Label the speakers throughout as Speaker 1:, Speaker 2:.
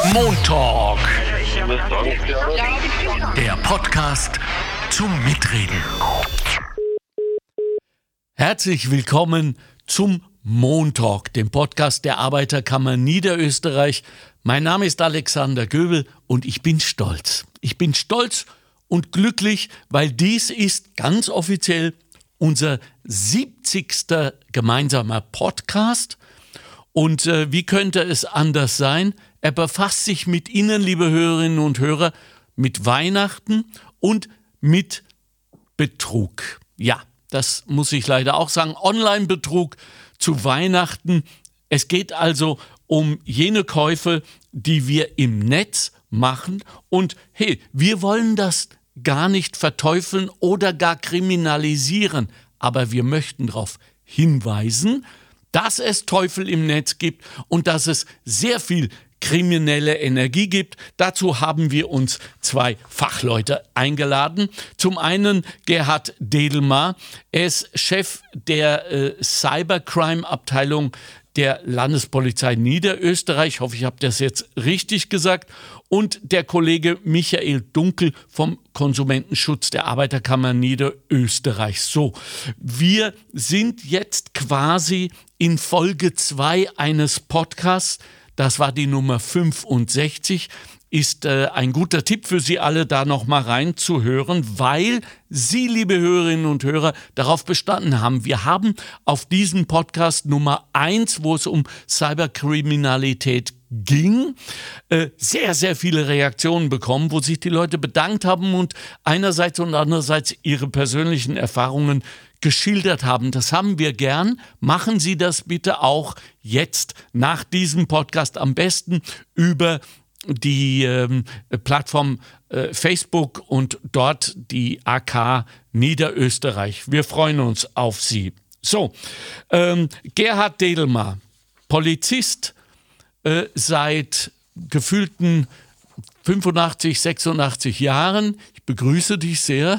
Speaker 1: Montalk, der Podcast zum Mitreden. Herzlich willkommen zum Montalk, dem Podcast der Arbeiterkammer Niederösterreich. Mein Name ist Alexander Göbel und ich bin stolz. Ich bin stolz und glücklich, weil dies ist ganz offiziell unser 70. gemeinsamer Podcast. Und wie könnte es anders sein? Er befasst sich mit Ihnen, liebe Hörerinnen und Hörer, mit Weihnachten und mit Betrug. Ja, das muss ich leider auch sagen. Online-Betrug zu Weihnachten. Es geht also um jene Käufe, die wir im Netz machen. Und hey, wir wollen das gar nicht verteufeln oder gar kriminalisieren. Aber wir möchten darauf hinweisen, dass es Teufel im Netz gibt und dass es sehr viel kriminelle Energie gibt. Dazu haben wir uns zwei Fachleute eingeladen. Zum einen Gerhard Dedelmar. Er ist Chef der Cybercrime-Abteilung der Landespolizei Niederösterreich. Ich hoffe, ich habe das jetzt richtig gesagt. Und der Kollege Michael Dunkel vom Konsumentenschutz der Arbeiterkammer Niederösterreich. So, wir sind jetzt quasi in Folge 2 eines Podcasts. Das war die Nummer 65. Ist ein guter Tipp für Sie alle, da noch mal reinzuhören, weil Sie, liebe Hörerinnen und Hörer, darauf bestanden haben. Wir haben auf diesem Podcast Nummer 1, wo es um Cyberkriminalität ging, sehr, sehr viele Reaktionen bekommen, wo sich die Leute bedankt haben und einerseits und andererseits ihre persönlichen Erfahrungen geschildert haben. Das haben wir gern. Machen Sie das bitte auch jetzt nach diesem Podcast, am besten über die Plattform Facebook und dort die AK Niederösterreich. Wir freuen uns auf Sie. So, Gerhard Dedelmar, Polizist seit gefühlten 85, 86 Jahren. Ich begrüße dich sehr.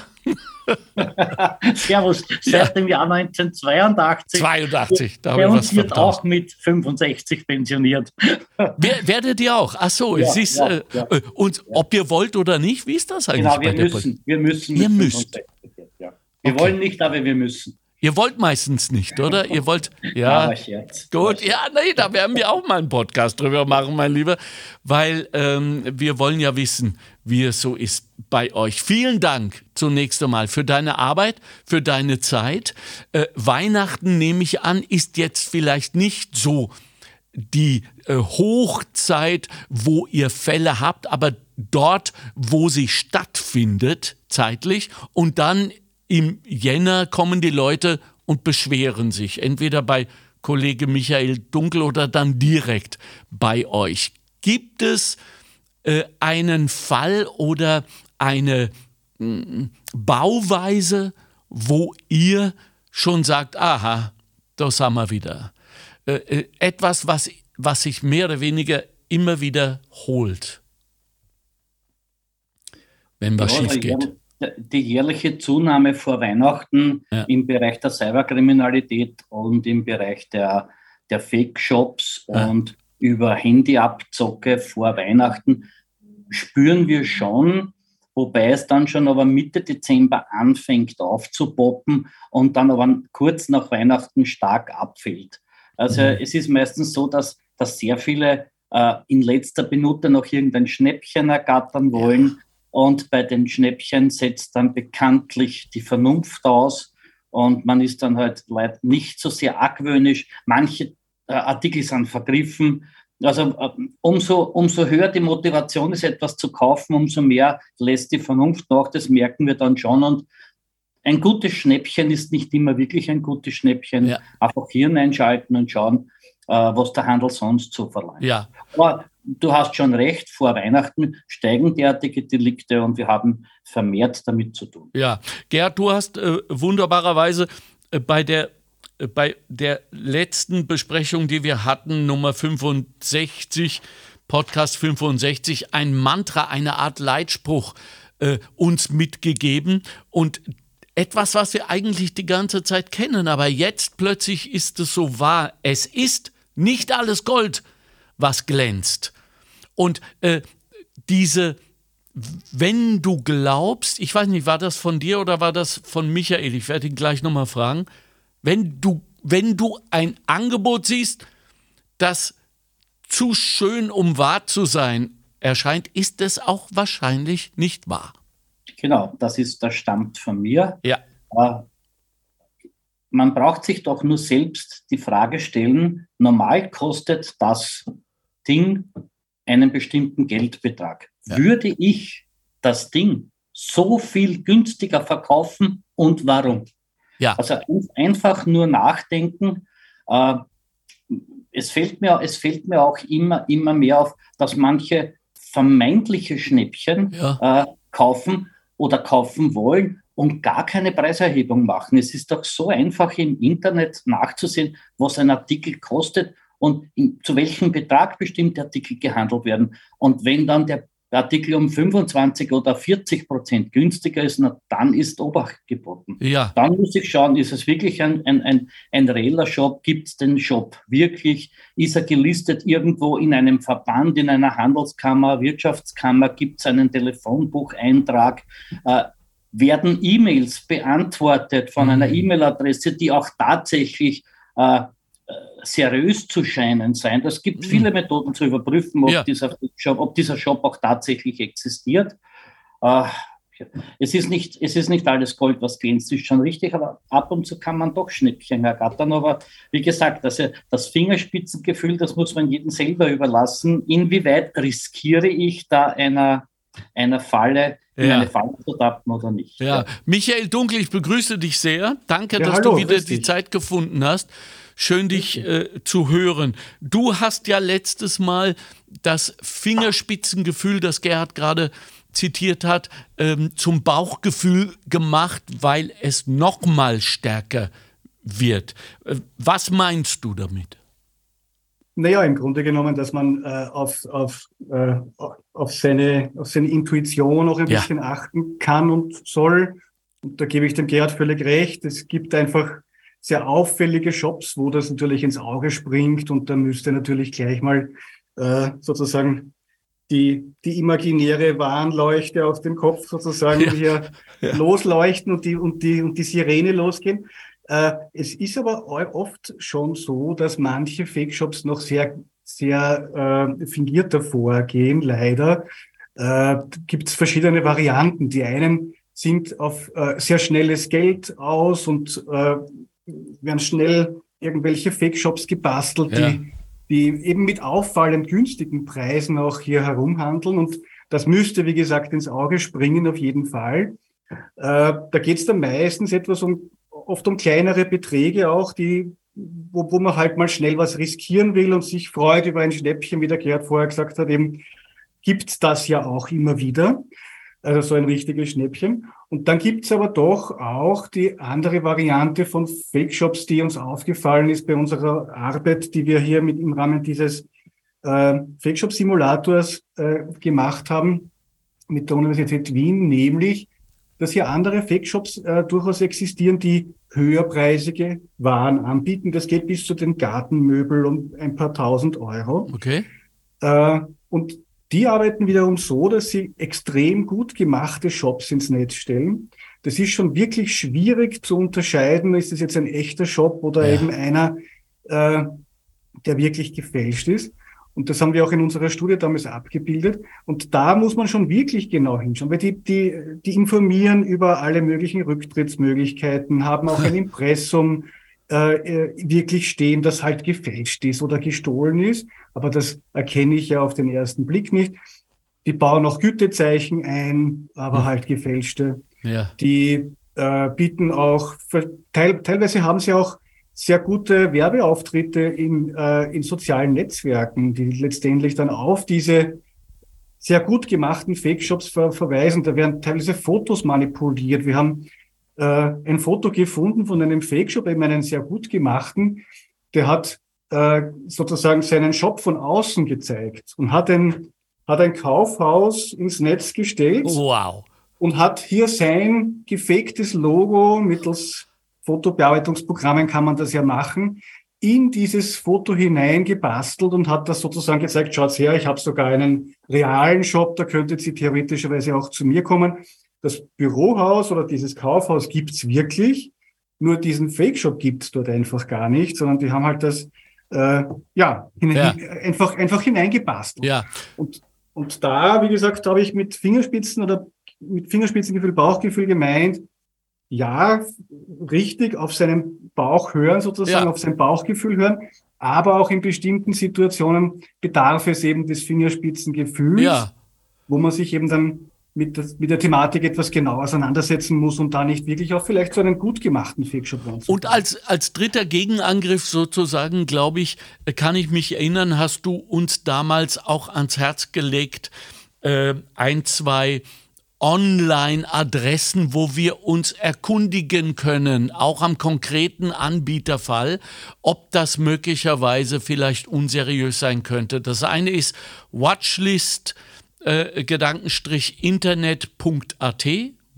Speaker 2: Servus, seit dem Jahr 1982.
Speaker 1: 82, da
Speaker 2: bei uns wird auch mit 65 pensioniert.
Speaker 1: Werdet ihr auch? Ach so,
Speaker 2: ja,
Speaker 1: es ist,
Speaker 2: ja.
Speaker 1: Und ob ihr wollt oder nicht, wie ist das eigentlich?
Speaker 2: Genau,
Speaker 1: bei der Polizei?
Speaker 2: Wir müssen.
Speaker 1: Ihr müsst.
Speaker 2: Ja. Wir wollen nicht, aber wir müssen.
Speaker 1: Ihr wollt meistens nicht, oder? Ihr wollt, ja,
Speaker 2: aber Scherz.
Speaker 1: gut, ja, nee, da werden wir auch mal einen Podcast drüber machen, mein Lieber, weil wir wollen ja wissen, wie es so ist bei euch. Vielen Dank zunächst einmal für deine Arbeit, für deine Zeit. Weihnachten, nehme ich an, ist jetzt vielleicht nicht so die Hochzeit, wo ihr Fälle habt, aber dort, wo sie stattfindet, zeitlich, und dann im Jänner kommen die Leute und beschweren sich, entweder bei Kollege Michael Dunkel oder dann direkt bei euch. Gibt es einen Fall oder eine Bauweise, wo ihr schon sagt, aha, das haben wir wieder. Etwas, was sich mehr oder weniger immer wiederholt, wenn was schief geht.
Speaker 2: Die jährliche Zunahme vor Weihnachten im Bereich der Cyberkriminalität und im Bereich der Fake-Shops und über Handyabzocke vor Weihnachten spüren wir schon, wobei es dann schon aber Mitte Dezember anfängt aufzupoppen und dann aber kurz nach Weihnachten stark abfällt. Also es ist meistens so, dass sehr viele in letzter Minute noch irgendein Schnäppchen ergattern wollen. Und bei den Schnäppchen setzt dann bekanntlich die Vernunft aus und man ist dann halt nicht so sehr argwöhnisch. Manche Artikel sind vergriffen. Also umso höher die Motivation ist, etwas zu kaufen, umso mehr lässt die Vernunft nach. Das merken wir dann schon. Und ein gutes Schnäppchen ist nicht immer wirklich ein gutes Schnäppchen. Ja. Einfach Hirn einschalten und schauen, was der Handel sonst so verlangt.
Speaker 1: Ja.
Speaker 2: Aber du hast schon recht, vor Weihnachten steigen derartige Delikte und wir haben vermehrt damit zu tun.
Speaker 1: Ja, Gerhard, du hast wunderbarerweise bei der letzten Besprechung, die wir hatten, Nummer 65, Podcast 65, ein Mantra, eine Art Leitspruch uns mitgegeben und etwas, was wir eigentlich die ganze Zeit kennen, aber jetzt plötzlich ist es so wahr. Es ist nicht alles Gold, was glänzt. Und wenn du glaubst, ich weiß nicht, war das von dir oder war das von Michael? Ich werde ihn gleich nochmal fragen. Wenn du ein Angebot siehst, das zu schön, um wahr zu sein erscheint, ist es auch wahrscheinlich nicht wahr.
Speaker 2: Genau, das stammt von mir.
Speaker 1: Ja.
Speaker 2: Man braucht sich doch nur selbst die Frage stellen, normal kostet das Ding einen bestimmten Geldbetrag. Ja. Würde ich das Ding so viel günstiger verkaufen und warum?
Speaker 1: Ja.
Speaker 2: Also einfach nur nachdenken. Es fällt mir auch immer mehr auf, dass manche vermeintliche Schnäppchen kaufen oder kaufen wollen und gar keine Preiserhebung machen. Es ist doch so einfach im Internet nachzusehen, was ein Artikel kostet und zu welchem Betrag bestimmte Artikel gehandelt werden. Und wenn dann der Artikel um 25 oder 40% günstiger ist, dann ist Obacht geboten.
Speaker 1: Ja.
Speaker 2: Dann muss ich schauen, ist es wirklich ein reeller Shop? Gibt es den Shop wirklich? Ist er gelistet irgendwo in einem Verband, in einer Handelskammer, Wirtschaftskammer? Gibt es einen Telefonbucheintrag? Werden E-Mails beantwortet von einer E-Mail-Adresse, die auch tatsächlich seriös zu scheinen sein? Es gibt viele Methoden zu überprüfen, ob dieser Shop auch tatsächlich existiert. Es ist nicht alles Gold, was glänzt, ist schon richtig, aber ab und zu kann man doch Schnäppchen ergattern. Aber wie gesagt, das Fingerspitzengefühl, das muss man jedem selber überlassen. Inwieweit riskiere ich da einer Falle, eine Falle zu tappen oder nicht?
Speaker 1: Ja. Michael Dunkel, ich begrüße dich sehr. Danke, dass du wieder die Zeit gefunden hast. Schön, dich zu hören. Du hast ja letztes Mal das Fingerspitzengefühl, das Gerhard gerade zitiert hat, zum Bauchgefühl gemacht, weil es noch mal stärker wird. Was meinst du damit?
Speaker 3: Naja, im Grunde genommen, dass man auf seine Intuition auch ein bisschen achten kann und soll. Und da gebe ich dem Gerhard völlig recht. Es gibt einfach sehr auffällige Shops, wo das natürlich ins Auge springt, und da müsste natürlich gleich mal sozusagen die imaginäre Warnleuchte auf dem Kopf sozusagen hier losleuchten und die Sirene losgehen. Es ist aber oft schon so, dass manche Fake-Shops noch sehr, sehr fingiert davor gehen, leider. Gibt es verschiedene Varianten. Die einen sind auf sehr schnelles Geld aus und werden schnell irgendwelche Fake-Shops gebastelt, die eben mit auffallend günstigen Preisen auch hier herumhandeln. Und das müsste, wie gesagt, ins Auge springen, auf jeden Fall. Da geht es dann meistens oft um kleinere Beträge auch, wo man halt mal schnell was riskieren will und sich freut über ein Schnäppchen, wie der Gerhard vorher gesagt hat, eben gibt's das ja auch immer wieder. Also so ein richtiges Schnäppchen. Und dann gibt's aber doch auch die andere Variante von Fake-Shops, die uns aufgefallen ist bei unserer Arbeit, die wir hier im Rahmen dieses Fake-Shop-Simulators gemacht haben mit der Universität Wien, nämlich, dass hier andere Fake-Shops durchaus existieren, die höherpreisige Waren anbieten. Das geht bis zu den Gartenmöbel um ein paar tausend Euro.
Speaker 1: Okay.
Speaker 3: Und die arbeiten wiederum so, dass sie extrem gut gemachte Shops ins Netz stellen. Das ist schon wirklich schwierig zu unterscheiden, ist das jetzt ein echter Shop oder eben einer, der wirklich gefälscht ist. Und das haben wir auch in unserer Studie damals abgebildet. Und da muss man schon wirklich genau hinschauen, weil die informieren über alle möglichen Rücktrittsmöglichkeiten, haben auch ein Impressum wirklich stehen, das halt gefälscht ist oder gestohlen ist. Aber das erkenne ich ja auf den ersten Blick nicht. Die bauen auch Gütezeichen ein, aber halt gefälschte.
Speaker 1: Ja.
Speaker 3: Die bieten auch, teilweise haben sie auch sehr gute Werbeauftritte in sozialen Netzwerken, die letztendlich dann auf diese sehr gut gemachten Fake-Shops verweisen. Da werden teilweise Fotos manipuliert. Wir haben ein Foto gefunden von einem Fake-Shop, eben einen sehr gut gemachten. Der hat sozusagen seinen Shop von außen gezeigt und hat ein Kaufhaus ins Netz gestellt.
Speaker 1: Wow.
Speaker 3: Und hat hier sein gefaktes Logo mittels Fotobearbeitungsprogrammen kann man das ja machen, in dieses Foto hineingebastelt und hat das sozusagen gezeigt, schaut her, ich habe sogar einen realen Shop, da könntet ihr theoretischerweise auch zu mir kommen. Das Bürohaus oder dieses Kaufhaus gibt's wirklich, nur diesen Fake-Shop gibt's dort einfach gar nicht, sondern die haben halt das einfach hineingebastelt.
Speaker 1: Ja.
Speaker 3: Und da, wie gesagt, habe ich mit Fingerspitzengefühl, Bauchgefühl gemeint, ja, richtig auf seinen Bauch hören sozusagen, auf sein Bauchgefühl hören, aber auch in bestimmten Situationen bedarf es eben des Fingerspitzengefühls, wo man sich eben dann mit der Thematik etwas genau auseinandersetzen muss und da nicht wirklich auch vielleicht so einen gut gemachten Fake-Shop ranzukommen.
Speaker 1: Und als dritter Gegenangriff sozusagen, glaube ich, kann ich mich erinnern, hast du uns damals auch ans Herz gelegt, 1, 2 Online-Adressen, wo wir uns erkundigen können, auch am konkreten Anbieterfall, ob das möglicherweise vielleicht unseriös sein könnte. Das eine ist Watchlist _internet.at,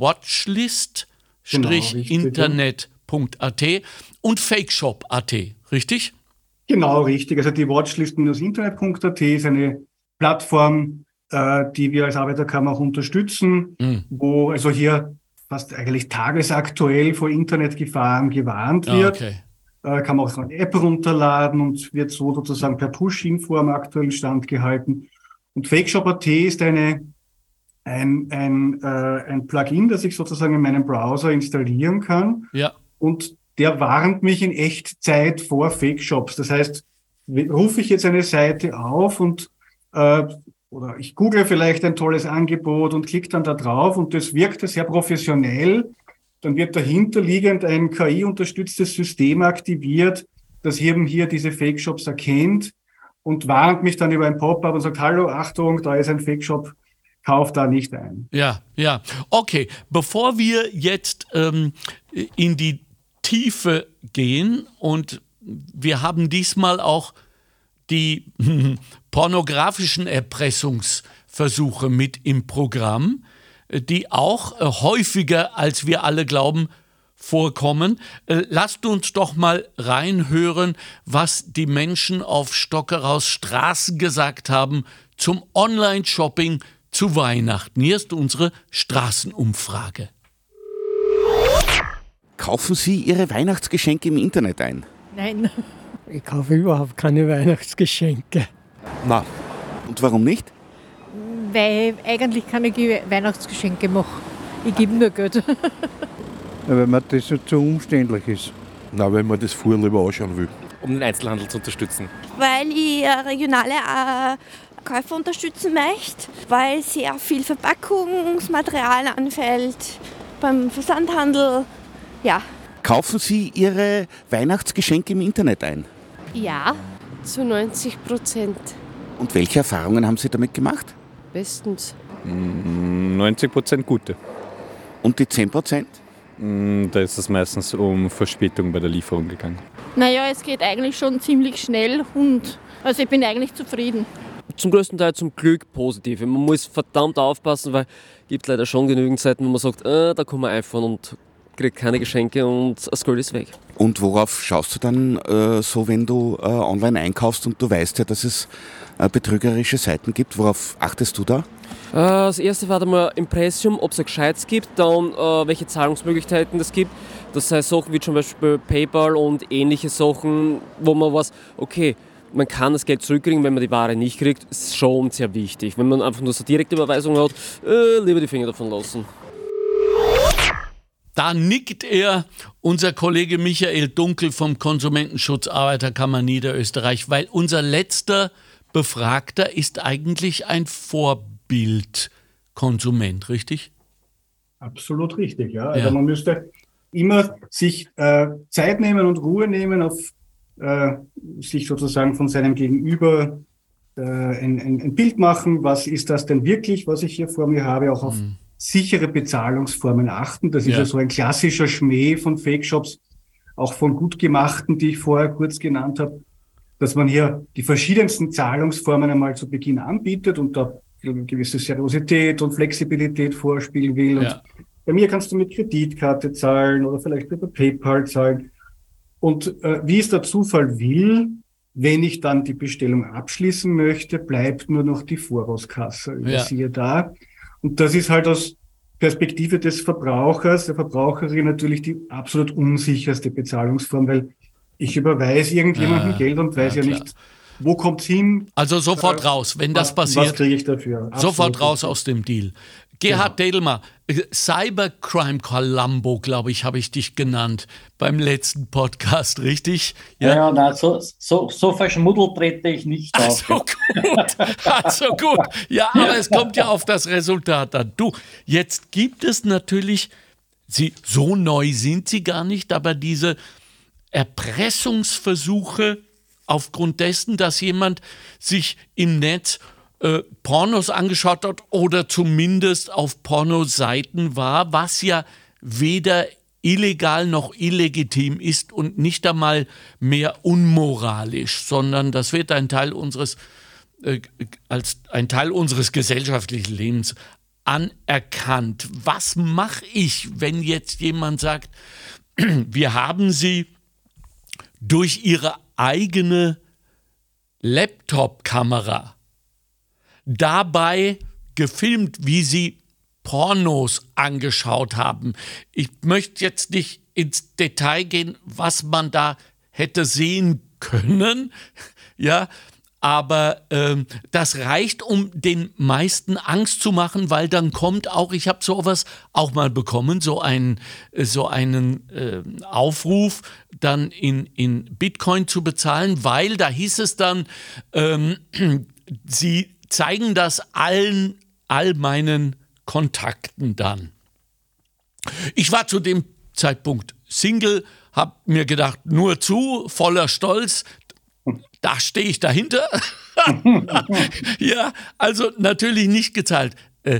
Speaker 1: Watchlist-internet.at und Fakeshop.at, richtig?
Speaker 3: Genau, richtig. Also die Watchlist-internet.at ist eine Plattform, die wir als Arbeiterkammer auch unterstützen, wo also hier fast eigentlich tagesaktuell vor Internetgefahren gewarnt wird.
Speaker 1: Okay.
Speaker 3: Kann man auch so eine App runterladen und wird so sozusagen per Push-Info am aktuellen Stand gehalten. Und Fakeshop.at ist ein Plugin, das ich sozusagen in meinem Browser installieren kann.
Speaker 1: Ja.
Speaker 3: Und der warnt mich in Echtzeit vor Fake-Shops. Das heißt, rufe ich jetzt eine Seite auf und oder ich google vielleicht ein tolles Angebot und klicke dann da drauf und das wirkt sehr professionell, dann wird dahinterliegend ein KI-unterstütztes System aktiviert, das eben hier diese Fake-Shops erkennt und warnt mich dann über ein Pop-up und sagt, hallo, Achtung, da ist ein Fake-Shop, kauf da nicht ein.
Speaker 1: Ja. Okay, bevor wir jetzt in die Tiefe gehen und wir haben diesmal auch die pornografischen Erpressungsversuche mit im Programm, die auch häufiger, als wir alle glauben, vorkommen. Lasst uns doch mal reinhören, was die Menschen auf Stockeraus Straße gesagt haben zum Online-Shopping zu Weihnachten. Hier ist unsere Straßenumfrage.
Speaker 4: Kaufen Sie Ihre Weihnachtsgeschenke im Internet ein?
Speaker 5: Nein. Ich kaufe überhaupt keine Weihnachtsgeschenke.
Speaker 4: Na. Und warum nicht?
Speaker 5: Weil eigentlich keine Weihnachtsgeschenke mache. Ich gebe nur Geld.
Speaker 6: Ja, weil mir das zu umständlich ist.
Speaker 7: Nein, weil man das vorher lieber anschauen will.
Speaker 8: Um den Einzelhandel zu unterstützen.
Speaker 9: Weil ich regionale Käufer unterstützen möchte, weil sehr viel Verpackungsmaterial anfällt beim Versandhandel. Ja.
Speaker 4: Kaufen Sie Ihre Weihnachtsgeschenke im Internet ein?
Speaker 10: Ja, zu 90%.
Speaker 4: Und welche Erfahrungen haben Sie damit gemacht?
Speaker 10: Bestens.
Speaker 8: 90% gute.
Speaker 4: Und die 10%?
Speaker 8: Da ist es meistens um Verspätung bei der Lieferung gegangen.
Speaker 11: Naja, es geht eigentlich schon ziemlich schnell und also ich bin eigentlich zufrieden.
Speaker 12: Zum größten Teil zum Glück positiv. Man muss verdammt aufpassen, weil es gibt leider schon genügend Zeiten, wo man sagt, da kann man iPhone und kriegt keine Geschenke und das Geld ist weg.
Speaker 4: Und worauf schaust du dann so, wenn du online einkaufst und du weißt ja, dass es betrügerische Seiten gibt? Worauf achtest du da?
Speaker 12: Das erste war einmal Impressum, ob es ein Gescheites gibt, dann welche Zahlungsmöglichkeiten es gibt. Das heißt Sachen wie zum Beispiel PayPal und ähnliche Sachen, wo man weiß, okay, man kann das Geld zurückkriegen, wenn man die Ware nicht kriegt, ist schon sehr wichtig. Wenn man einfach nur so direkte Überweisung hat, lieber die Finger davon lassen.
Speaker 1: Da nickt er, unser Kollege Michael Dunkel vom Konsumentenschutz Arbeiterkammer Niederösterreich, weil unser letzter Befragter ist eigentlich ein Vorbildkonsument, richtig?
Speaker 3: Absolut richtig, ja. Also man müsste immer sich Zeit nehmen und Ruhe nehmen, auf sich sozusagen von seinem Gegenüber ein Bild machen. Was ist das denn wirklich, was ich hier vor mir habe? Auch auf sichere Bezahlungsformen achten. Das ist ja so ein klassischer Schmäh von Fake-Shops, auch von gut gemachten, die ich vorher kurz genannt habe, dass man hier die verschiedensten Zahlungsformen einmal zu Beginn anbietet und da eine gewisse Seriosität und Flexibilität vorspielen will. Und bei mir kannst du mit Kreditkarte zahlen oder vielleicht über PayPal zahlen. Und wie es der Zufall will, wenn ich dann die Bestellung abschließen möchte, bleibt nur noch die Vorauskasse. Siehe da. Und das ist halt aus Perspektive des Verbrauchers, der Verbraucherin natürlich die absolut unsicherste Bezahlungsform, weil ich überweise irgendjemandem Geld und weiß nicht, wo kommt's hin.
Speaker 1: Also sofort raus, wenn das passiert.
Speaker 3: Was kriege ich dafür?
Speaker 1: Sofort raus aus dem Deal. Gerhard Dedelmer, Cybercrime Columbo, glaube ich, habe ich dich genannt beim letzten Podcast, richtig?
Speaker 2: Ja, nein, so verschmuddelt trete ich nicht auf.
Speaker 1: So gut. Ja, aber es kommt ja auf das Resultat an. Du, jetzt gibt es natürlich, so neu sind sie gar nicht, aber diese Erpressungsversuche aufgrund dessen, dass jemand sich im Netz Pornos angeschaut hat oder zumindest auf Pornoseiten war, was ja weder illegal noch illegitim ist und nicht einmal mehr unmoralisch, sondern das wird ein Teil als ein Teil unseres gesellschaftlichen Lebens anerkannt. Was mache ich, wenn jetzt jemand sagt, wir haben Sie durch Ihre eigene Laptop-Kamera dabei gefilmt, wie Sie Pornos angeschaut haben. Ich möchte jetzt nicht ins Detail gehen, was man da hätte sehen können, ja, aber das reicht, um den meisten Angst zu machen, weil dann kommt auch, ich habe sowas auch mal bekommen, so einen Aufruf, dann in Bitcoin zu bezahlen, weil da hieß es dann, Sie zeigen das all meinen Kontakten dann. Ich war zu dem Zeitpunkt Single, habe mir gedacht, nur zu, voller Stolz, da stehe ich dahinter. Ja, also natürlich nicht gezahlt.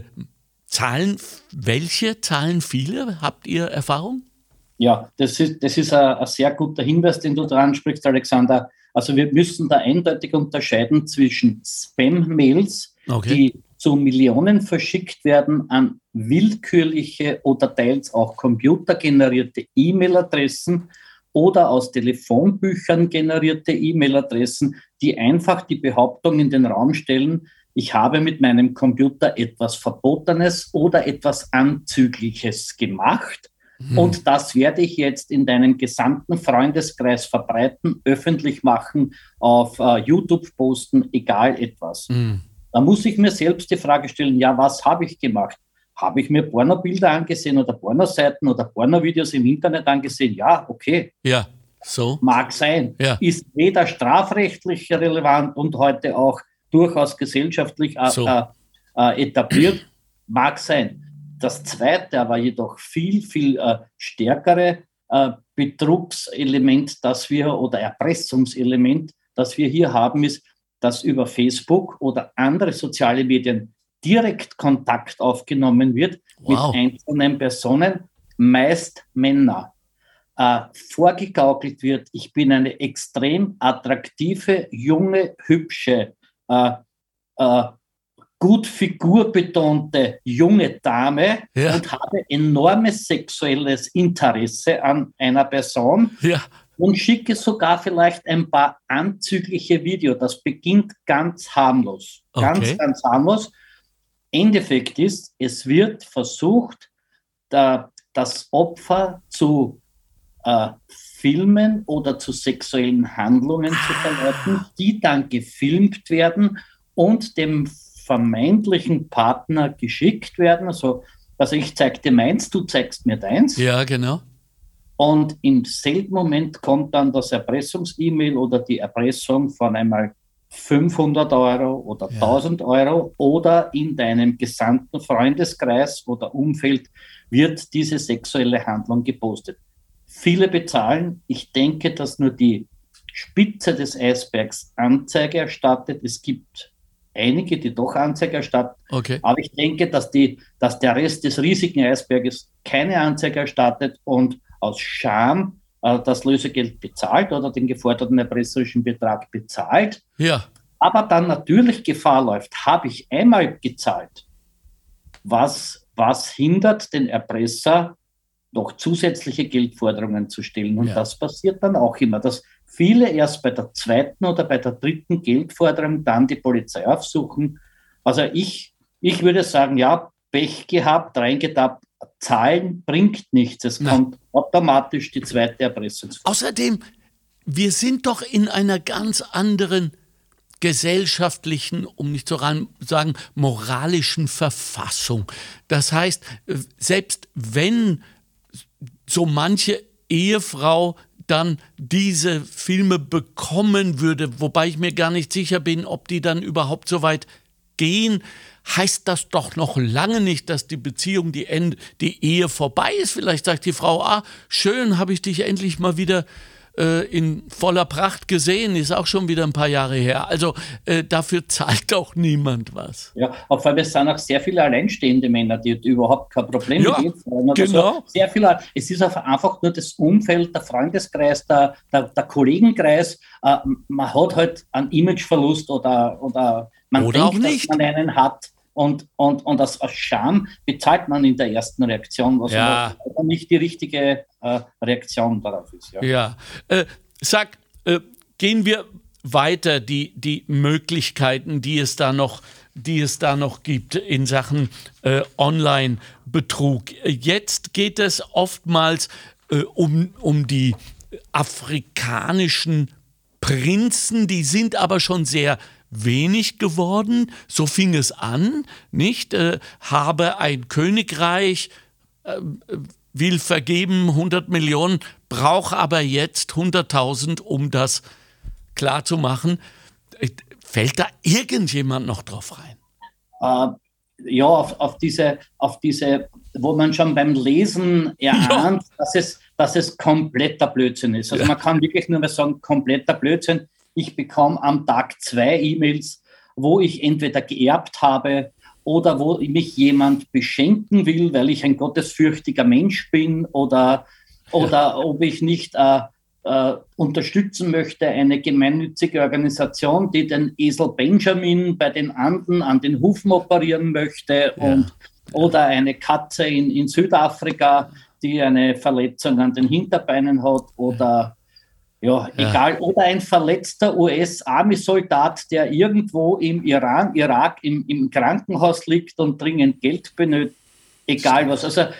Speaker 1: Welche zahlen viele? Habt ihr Erfahrung?
Speaker 2: Ja, das ist ein sehr guter Hinweis, den du da ansprichst, Alexander. Also wir müssen da eindeutig unterscheiden zwischen Spam-Mails, die zu Millionen verschickt werden an willkürliche oder teils auch computergenerierte E-Mail-Adressen oder aus Telefonbüchern generierte E-Mail-Adressen, die einfach die Behauptung in den Raum stellen, ich habe mit meinem Computer etwas Verbotenes oder etwas Anzügliches gemacht. Und das werde ich jetzt in deinem gesamten Freundeskreis verbreiten, öffentlich machen, auf YouTube posten, egal etwas. Da muss ich mir selbst die Frage stellen, ja, was habe ich gemacht? Habe ich mir Pornobilder angesehen oder Pornoseiten oder Pornovideos im Internet angesehen? Ja, okay.
Speaker 1: Ja, so.
Speaker 2: Mag sein.
Speaker 1: Ja.
Speaker 2: Ist weder strafrechtlich relevant und heute auch durchaus gesellschaftlich etabliert. Mag sein. Das zweite, aber jedoch viel, viel stärkere Betrugselement, oder Erpressungselement, das wir hier haben, ist, dass über Facebook oder andere soziale Medien direkt Kontakt aufgenommen wird mit einzelnen Personen, meist Männer. Vorgegaukelt wird, ich bin eine extrem attraktive, junge, hübsche, gut figurbetonte junge Dame und habe enormes sexuelles Interesse an einer Person und schicke sogar vielleicht ein paar anzügliche Videos. Das beginnt ganz harmlos. Ganz harmlos. Endeffekt ist, es wird versucht, das Opfer zu filmen oder zu sexuellen Handlungen zu verleiten, die dann gefilmt werden und dem vermeintlichen Partner geschickt werden. Also ich zeige dir meins, du zeigst mir deins.
Speaker 1: Ja, genau.
Speaker 2: Und im selben Moment kommt dann das Erpressungs-E-Mail oder die Erpressung von einmal 500 € oder 1000 € oder in deinem gesamten Freundeskreis oder Umfeld wird diese sexuelle Handlung gepostet. Viele bezahlen. Ich denke, dass nur die Spitze des Eisbergs Anzeige erstattet. Es gibt einige, die doch Anzeige erstatten. Aber ich denke, dass der Rest des riesigen Eisberges keine Anzeige erstattet und aus Scham das Lösegeld bezahlt oder den geforderten erpresserischen Betrag bezahlt.
Speaker 1: Ja.
Speaker 2: Aber dann natürlich Gefahr läuft, habe ich einmal gezahlt. Was hindert den Erpresser, noch zusätzliche Geldforderungen zu stellen. Und das passiert dann auch immer, dass viele erst bei der zweiten oder bei der dritten Geldforderung dann die Polizei aufsuchen. Also ich würde sagen, ja, Pech gehabt, reingetappt, Zahlen bringt nichts. Es kommt automatisch die zweite Erpressungsform.
Speaker 1: Außerdem, wir sind doch in einer ganz anderen gesellschaftlichen, um nicht zu sagen, moralischen Verfassung. Das heißt, selbst wenn so manche Ehefrau dann diese Filme bekommen würde, wobei ich mir gar nicht sicher bin, ob die dann überhaupt so weit gehen, heißt das doch noch lange nicht, dass die Beziehung, die Ehe vorbei ist. Vielleicht sagt die Frau, schön, habe ich dich endlich mal wieder in voller Pracht gesehen, ist auch schon wieder ein paar Jahre her. Also dafür zahlt auch niemand was.
Speaker 2: Ja, vor allem es sind auch sehr viele alleinstehende Männer, die überhaupt kein Problem mit ihnen haben.
Speaker 1: Genau.
Speaker 2: So. Sehr viele, es ist einfach nur das Umfeld, der Freundeskreis, der Kollegenkreis. Man hat halt einen Imageverlust oder man denkt, dass man einen hat. Und aus Scham bezahlt man in der ersten Reaktion, was aber nicht die richtige Reaktion darauf ist.
Speaker 1: Gehen wir weiter, die Möglichkeiten, die es da noch gibt in Sachen Online-Betrug. Jetzt geht es oftmals um die afrikanischen Prinzen, die sind aber schon sehr wenig geworden, so fing es an, nicht? Habe ein Königreich, will vergeben 100 Millionen, brauche aber jetzt 100.000, um das klar zu machen. Fällt da irgendjemand noch drauf rein?
Speaker 2: Auf diese, wo man schon beim Lesen erahnt, dass es kompletter Blödsinn ist. Also man kann wirklich nur mal sagen, kompletter Blödsinn. Ich bekomme am Tag 2 E-Mails, wo ich entweder geerbt habe oder wo mich jemand beschenken will, weil ich ein gottesfürchtiger Mensch bin oder ob ich nicht unterstützen möchte, eine gemeinnützige Organisation, die den Esel Benjamin bei den Anden an den Hufen operieren möchte oder eine Katze in Südafrika, die eine Verletzung an den Hinterbeinen hat oder egal. Oder ein verletzter US-Army-Soldat, der irgendwo im Irak im Krankenhaus liegt und dringend Geld benötigt. Egal was. Also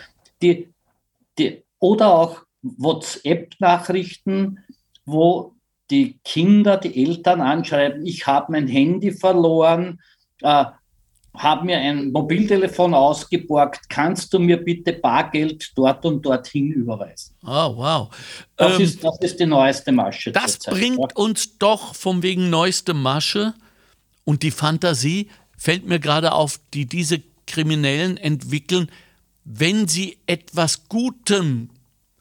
Speaker 2: oder auch WhatsApp-Nachrichten, wo die Kinder, die Eltern anschreiben, ich habe mein Handy verloren, habe mir ein Mobiltelefon ausgeborgt, kannst du mir bitte Bargeld dort und dorthin überweisen?
Speaker 1: Oh, wow.
Speaker 2: Das ist die neueste Masche.
Speaker 1: Das bringt uns doch vom wegen neueste Masche und die Fantasie fällt mir gerade auf, die diese Kriminellen entwickeln, wenn sie etwas Gutem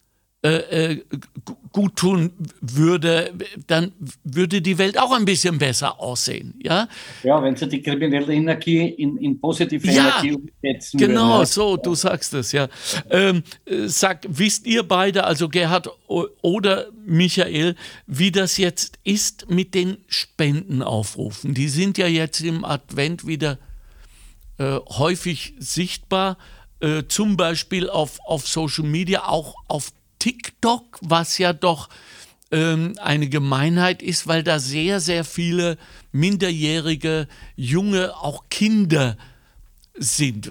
Speaker 1: gut tun würde, dann würde die Welt auch ein bisschen besser aussehen. Ja,
Speaker 2: wenn sie die kriminelle Energie in positive Energie umsetzen würden.
Speaker 1: Genau, so, du sagst es, wisst ihr beide, also Gerhard oder Michael, wie das jetzt ist mit den Spendenaufrufen? Die sind ja jetzt im Advent wieder häufig sichtbar, zum Beispiel auf Social Media, auch auf TikTok, was ja doch eine Gemeinheit ist, weil da sehr, sehr viele minderjährige, junge, auch Kinder sind.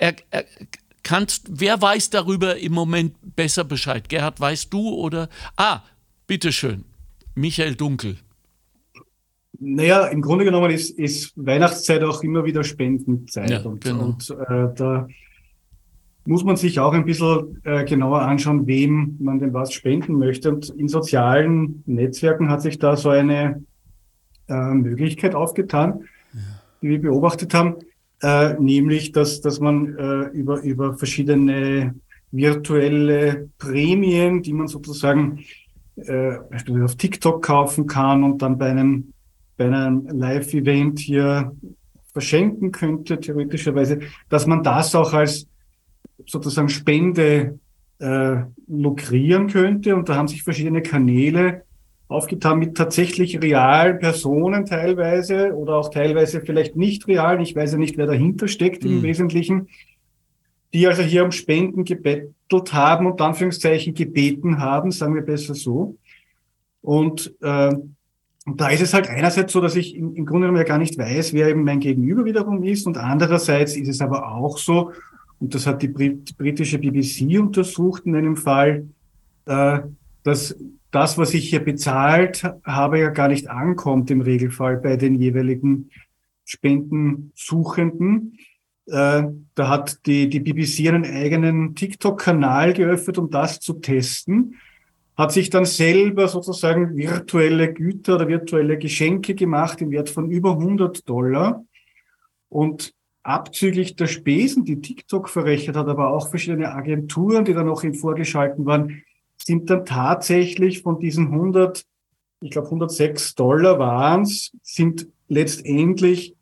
Speaker 1: Wer weiß darüber im Moment besser Bescheid? Gerhard, weißt du oder? Bitteschön, Michael Dunkel.
Speaker 3: Naja, im Grunde genommen ist Weihnachtszeit auch immer wieder Spendenzeit.
Speaker 1: Ja, genau.
Speaker 3: Und da muss man sich auch ein bisschen genauer anschauen, wem man denn was spenden möchte. Und in sozialen Netzwerken hat sich da so eine Möglichkeit aufgetan, die wir beobachtet haben, nämlich, dass man über verschiedene virtuelle Prämien, die man sozusagen beispielsweise auf TikTok kaufen kann und dann bei einem Live-Event hier verschenken könnte, theoretischerweise, dass man das auch als sozusagen Spende lukrieren könnte. Und da haben sich verschiedene Kanäle aufgetan mit tatsächlich realen Personen teilweise oder auch teilweise vielleicht nicht real. Ich weiß ja nicht, wer dahinter steckt im Wesentlichen, die also hier um Spenden gebettelt haben und Anführungszeichen gebeten haben, sagen wir besser so. Und da ist es halt einerseits so, dass ich im Grunde genommen ja gar nicht weiß, wer eben mein Gegenüber wiederum ist. Und andererseits ist es aber auch so, und das hat die britische BBC untersucht in einem Fall, dass das, was ich hier bezahlt habe, ja gar nicht ankommt im Regelfall bei den jeweiligen Spendensuchenden. Da hat die BBC einen eigenen TikTok-Kanal geöffnet, um das zu testen, hat sich dann selber sozusagen virtuelle Güter oder virtuelle Geschenke gemacht im Wert von über $100 und abzüglich der Spesen, die TikTok verrechnet hat, aber auch verschiedene Agenturen, die da noch ihm vorgeschalten waren, sind dann tatsächlich von diesen $106 waren es, sind letztendlich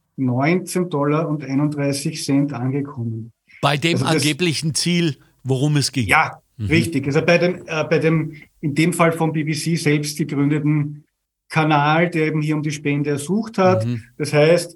Speaker 3: $19,31 angekommen.
Speaker 1: Bei dem angeblichen Ziel, worum es ging.
Speaker 3: Ja, richtig. Also bei dem, in dem Fall vom BBC selbst gegründeten Kanal, der eben hier um die Spende ersucht hat. Das heißt,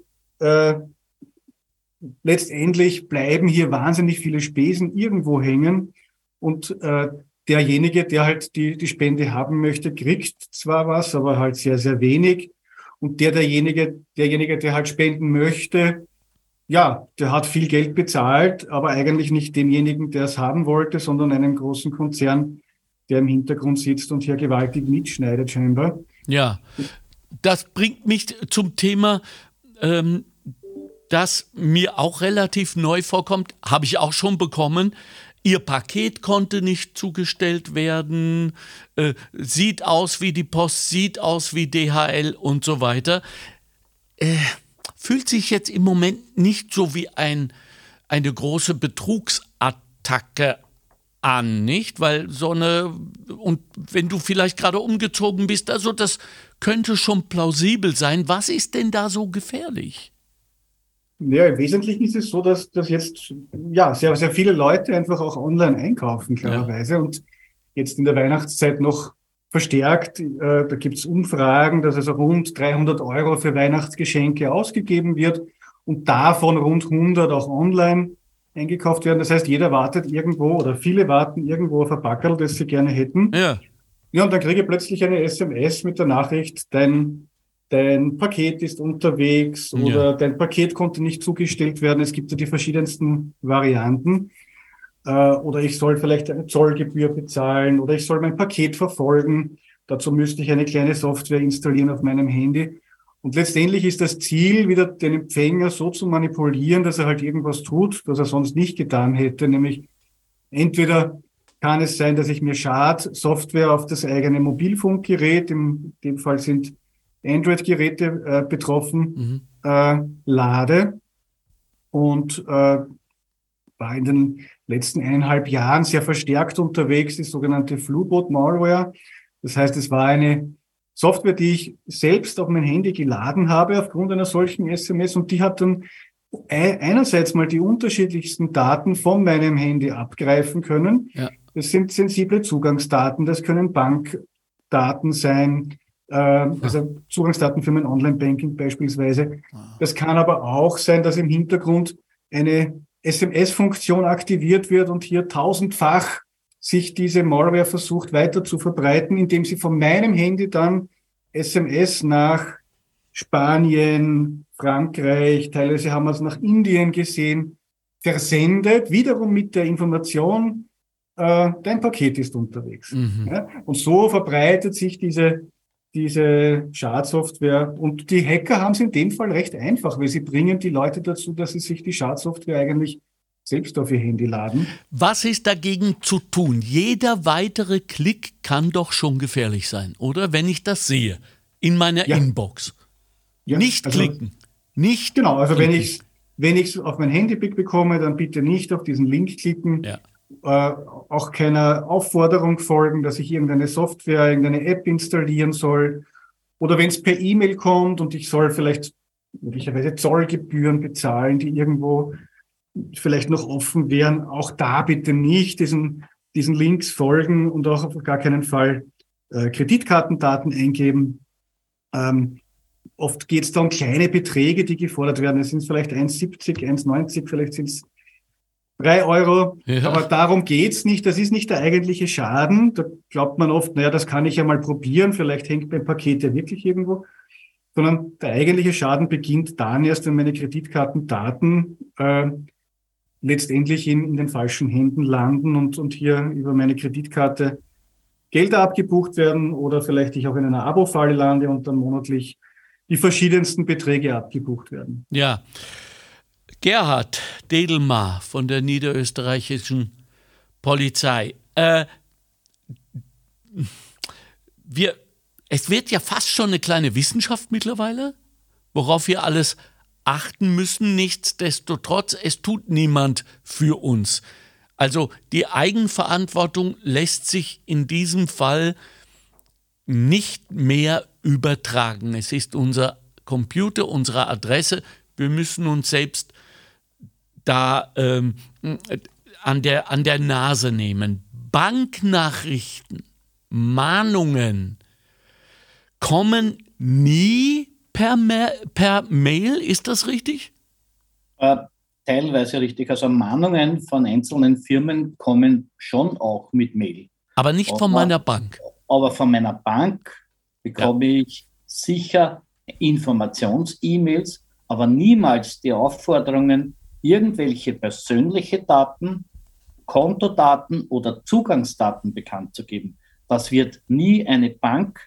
Speaker 3: letztendlich bleiben hier wahnsinnig viele Spesen irgendwo hängen und derjenige, der halt die Spende haben möchte, kriegt zwar was, aber halt sehr, sehr wenig. Und derjenige, der halt spenden möchte, ja, der hat viel Geld bezahlt, aber eigentlich nicht demjenigen, der es haben wollte, sondern einem großen Konzern, der im Hintergrund sitzt und hier gewaltig mitschneidet scheinbar.
Speaker 1: Ja, das bringt mich zum Thema, das mir auch relativ neu vorkommt, habe ich auch schon bekommen. Ihr Paket konnte nicht zugestellt werden, sieht aus wie die Post, sieht aus wie DHL und so weiter. Fühlt sich jetzt im Moment nicht so wie eine große Betrugsattacke an, nicht? Weil und wenn du vielleicht gerade umgezogen bist, also das könnte schon plausibel sein. Was ist denn da so gefährlich?
Speaker 3: Ja, im Wesentlichen ist es so, dass jetzt ja sehr, sehr viele Leute einfach auch online einkaufen, klarerweise. Ja. Und jetzt in der Weihnachtszeit noch verstärkt. Da gibt es Umfragen, dass also rund 300 € für Weihnachtsgeschenke ausgegeben wird und davon rund 100 auch online eingekauft werden. Das heißt, jeder wartet irgendwo oder viele warten irgendwo auf ein Packerl, das sie gerne hätten. Ja. Ja, und dann kriege ich plötzlich eine SMS mit der Nachricht, dein Paket ist unterwegs oder dein Paket konnte nicht zugestellt werden. Es gibt ja die verschiedensten Varianten. Oder ich soll vielleicht eine Zollgebühr bezahlen oder ich soll mein Paket verfolgen. Dazu müsste ich eine kleine Software installieren auf meinem Handy. Und letztendlich ist das Ziel, wieder den Empfänger so zu manipulieren, dass er halt irgendwas tut, was er sonst nicht getan hätte. Nämlich entweder kann es sein, dass ich mir Schadsoftware auf das eigene Mobilfunkgerät, in dem Fall sind Android-Geräte betroffen, lade und war in den letzten 1,5 Jahren sehr verstärkt unterwegs, die sogenannte Flubot-Malware. Das heißt, es war eine Software, die ich selbst auf mein Handy geladen habe aufgrund einer solchen SMS und die hat dann einerseits mal die unterschiedlichsten Daten von meinem Handy abgreifen können. Ja. Das sind sensible Zugangsdaten, das können Bankdaten sein, also Zugangsdaten für mein Online-Banking beispielsweise. Das kann aber auch sein, dass im Hintergrund eine SMS-Funktion aktiviert wird und hier 1000-fach sich diese Malware versucht weiter zu verbreiten, indem sie von meinem Handy dann SMS nach Spanien, Frankreich, teilweise haben wir es nach Indien gesehen, versendet, wiederum mit der Information, dein Paket ist unterwegs. Ja? Und so verbreitet sich diese Schadsoftware. Und die Hacker haben es in dem Fall recht einfach, weil sie bringen die Leute dazu, dass sie sich die Schadsoftware eigentlich selbst auf ihr Handy laden.
Speaker 1: Was ist dagegen zu tun? Jeder weitere Klick kann doch schon gefährlich sein, oder? Wenn ich das sehe, in meiner Inbox. Ja, nicht klicken. Nicht
Speaker 3: genau, also klicken. Wenn ich es auf mein Handy bekomme, dann bitte nicht auf diesen Link klicken. Ja. Auch keiner Aufforderung folgen, dass ich irgendeine Software, irgendeine App installieren soll. Oder wenn es per E-Mail kommt und ich soll vielleicht möglicherweise Zollgebühren bezahlen, die irgendwo vielleicht noch offen wären, auch da bitte nicht diesen Links folgen und auch auf gar keinen Fall Kreditkartendaten eingeben. Oft geht es da um kleine Beträge, die gefordert werden. Es sind vielleicht 1,70, 1,90, vielleicht sind es 3 Euro,
Speaker 1: Ja.
Speaker 3: aber darum geht's nicht. Das ist nicht der eigentliche Schaden. Da glaubt man oft, naja, das kann ich ja mal probieren, vielleicht hängt mein Paket ja wirklich irgendwo. Sondern der eigentliche Schaden beginnt dann erst, wenn meine Kreditkartendaten letztendlich in den falschen Händen landen und hier über meine Kreditkarte Gelder abgebucht werden oder vielleicht ich auch in einer Abo-Falle lande und dann monatlich die verschiedensten Beträge abgebucht werden.
Speaker 1: Ja. Gerhard Dedelmar von der niederösterreichischen Polizei. Es wird ja fast schon eine kleine Wissenschaft mittlerweile, worauf wir alles achten müssen. Nichtsdestotrotz, es tut niemand für uns. Also die Eigenverantwortung lässt sich in diesem Fall nicht mehr übertragen. Es ist unser Computer, unsere Adresse. Wir müssen uns selbst da an der Nase nehmen. Banknachrichten, Mahnungen kommen nie per Mail. Ist das richtig?
Speaker 2: Teilweise richtig. Also Mahnungen von einzelnen Firmen kommen schon auch mit Mail.
Speaker 1: Aber nicht von meiner Bank.
Speaker 2: Aber von meiner Bank bekomme ich sicher Informations-E-Mails, aber niemals die Aufforderungen, irgendwelche persönliche Daten, Kontodaten oder Zugangsdaten bekannt zu geben. Das wird nie eine Bank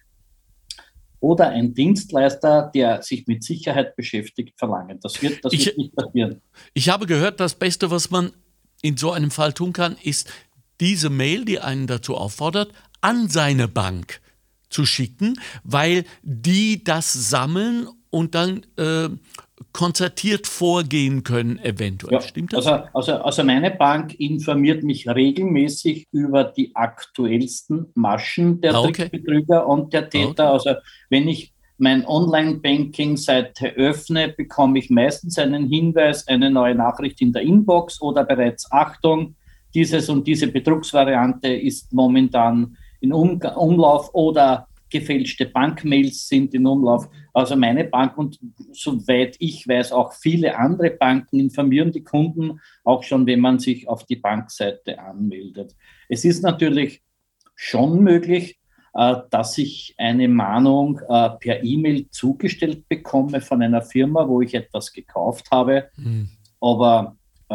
Speaker 2: oder ein Dienstleister, der sich mit Sicherheit beschäftigt, verlangen. Das wird nicht passieren.
Speaker 1: Ich habe gehört, das Beste, was man in so einem Fall tun kann, ist diese Mail, die einen dazu auffordert, an seine Bank zu schicken, weil die das sammeln und dann konzertiert vorgehen können eventuell.
Speaker 2: Ja,
Speaker 1: stimmt das?
Speaker 2: Also meine Bank informiert mich regelmäßig über die aktuellsten Maschen der Trickbetrüger und der Täter. Okay. Also wenn ich mein Online-Banking-Seite öffne, bekomme ich meistens einen Hinweis, eine neue Nachricht in der Inbox oder bereits Achtung, dieses und diese Betrugsvariante ist momentan in Umlauf oder gefälschte Bankmails sind in Umlauf. Also meine Bank und soweit ich weiß, auch viele andere Banken informieren die Kunden, auch schon, wenn man sich auf die Bankseite anmeldet. Es ist natürlich schon möglich, dass ich eine Mahnung per E-Mail zugestellt bekomme von einer Firma, wo ich etwas gekauft habe. Aber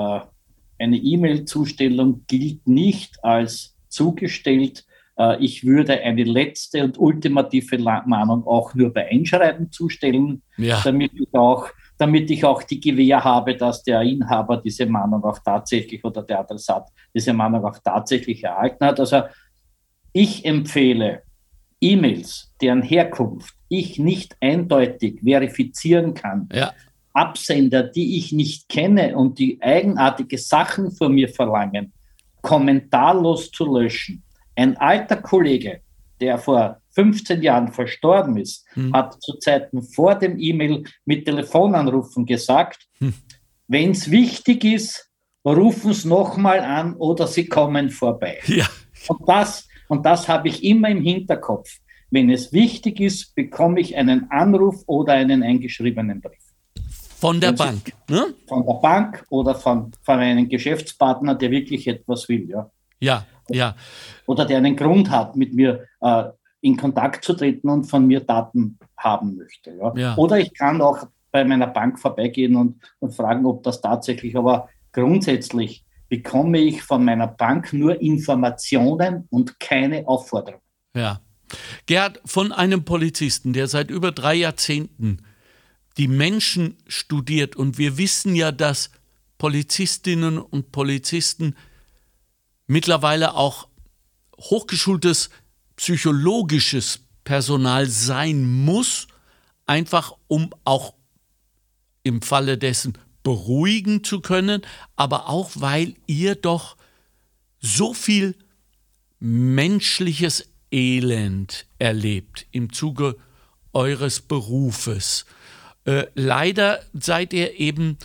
Speaker 2: eine E-Mail-Zustellung gilt nicht als zugestellt. Ich würde eine letzte und ultimative Mahnung auch nur bei Einschreiben zustellen, damit ich auch die Gewähr habe, dass der Inhaber diese Mahnung auch tatsächlich oder der Adressat diese Mahnung auch tatsächlich erhalten hat. Also ich empfehle E-Mails, deren Herkunft ich nicht eindeutig verifizieren kann, Absender, die ich nicht kenne und die eigenartige Sachen von mir verlangen, kommentarlos zu löschen. Ein alter Kollege, der vor 15 Jahren verstorben ist, hat zu Zeiten vor dem E-Mail mit Telefonanrufen gesagt, wenn es wichtig ist, rufen Sie nochmal an oder Sie kommen vorbei. Ja. Und das habe ich immer im Hinterkopf. Wenn es wichtig ist, bekomme ich einen Anruf oder einen eingeschriebenen Brief.
Speaker 1: Von der Bank, ne?
Speaker 2: Von der Bank oder von einem Geschäftspartner, der wirklich etwas will, ja.
Speaker 1: Ja.
Speaker 2: Oder der einen Grund hat, mit mir in Kontakt zu treten und von mir Daten haben möchte. Ja. Oder ich kann auch bei meiner Bank vorbeigehen und fragen, ob das tatsächlich, aber grundsätzlich bekomme ich von meiner Bank nur Informationen und keine Aufforderungen.
Speaker 1: Ja. Gerd, von einem Polizisten, der seit über 3 Jahrzehnten die Menschen studiert, und wir wissen ja, dass Polizistinnen und Polizisten mittlerweile auch hochgeschultes psychologisches Personal sein muss, einfach um auch im Falle dessen beruhigen zu können, aber auch, weil ihr doch so viel menschliches Elend erlebt im Zuge eures Berufes. Leider seid ihr eben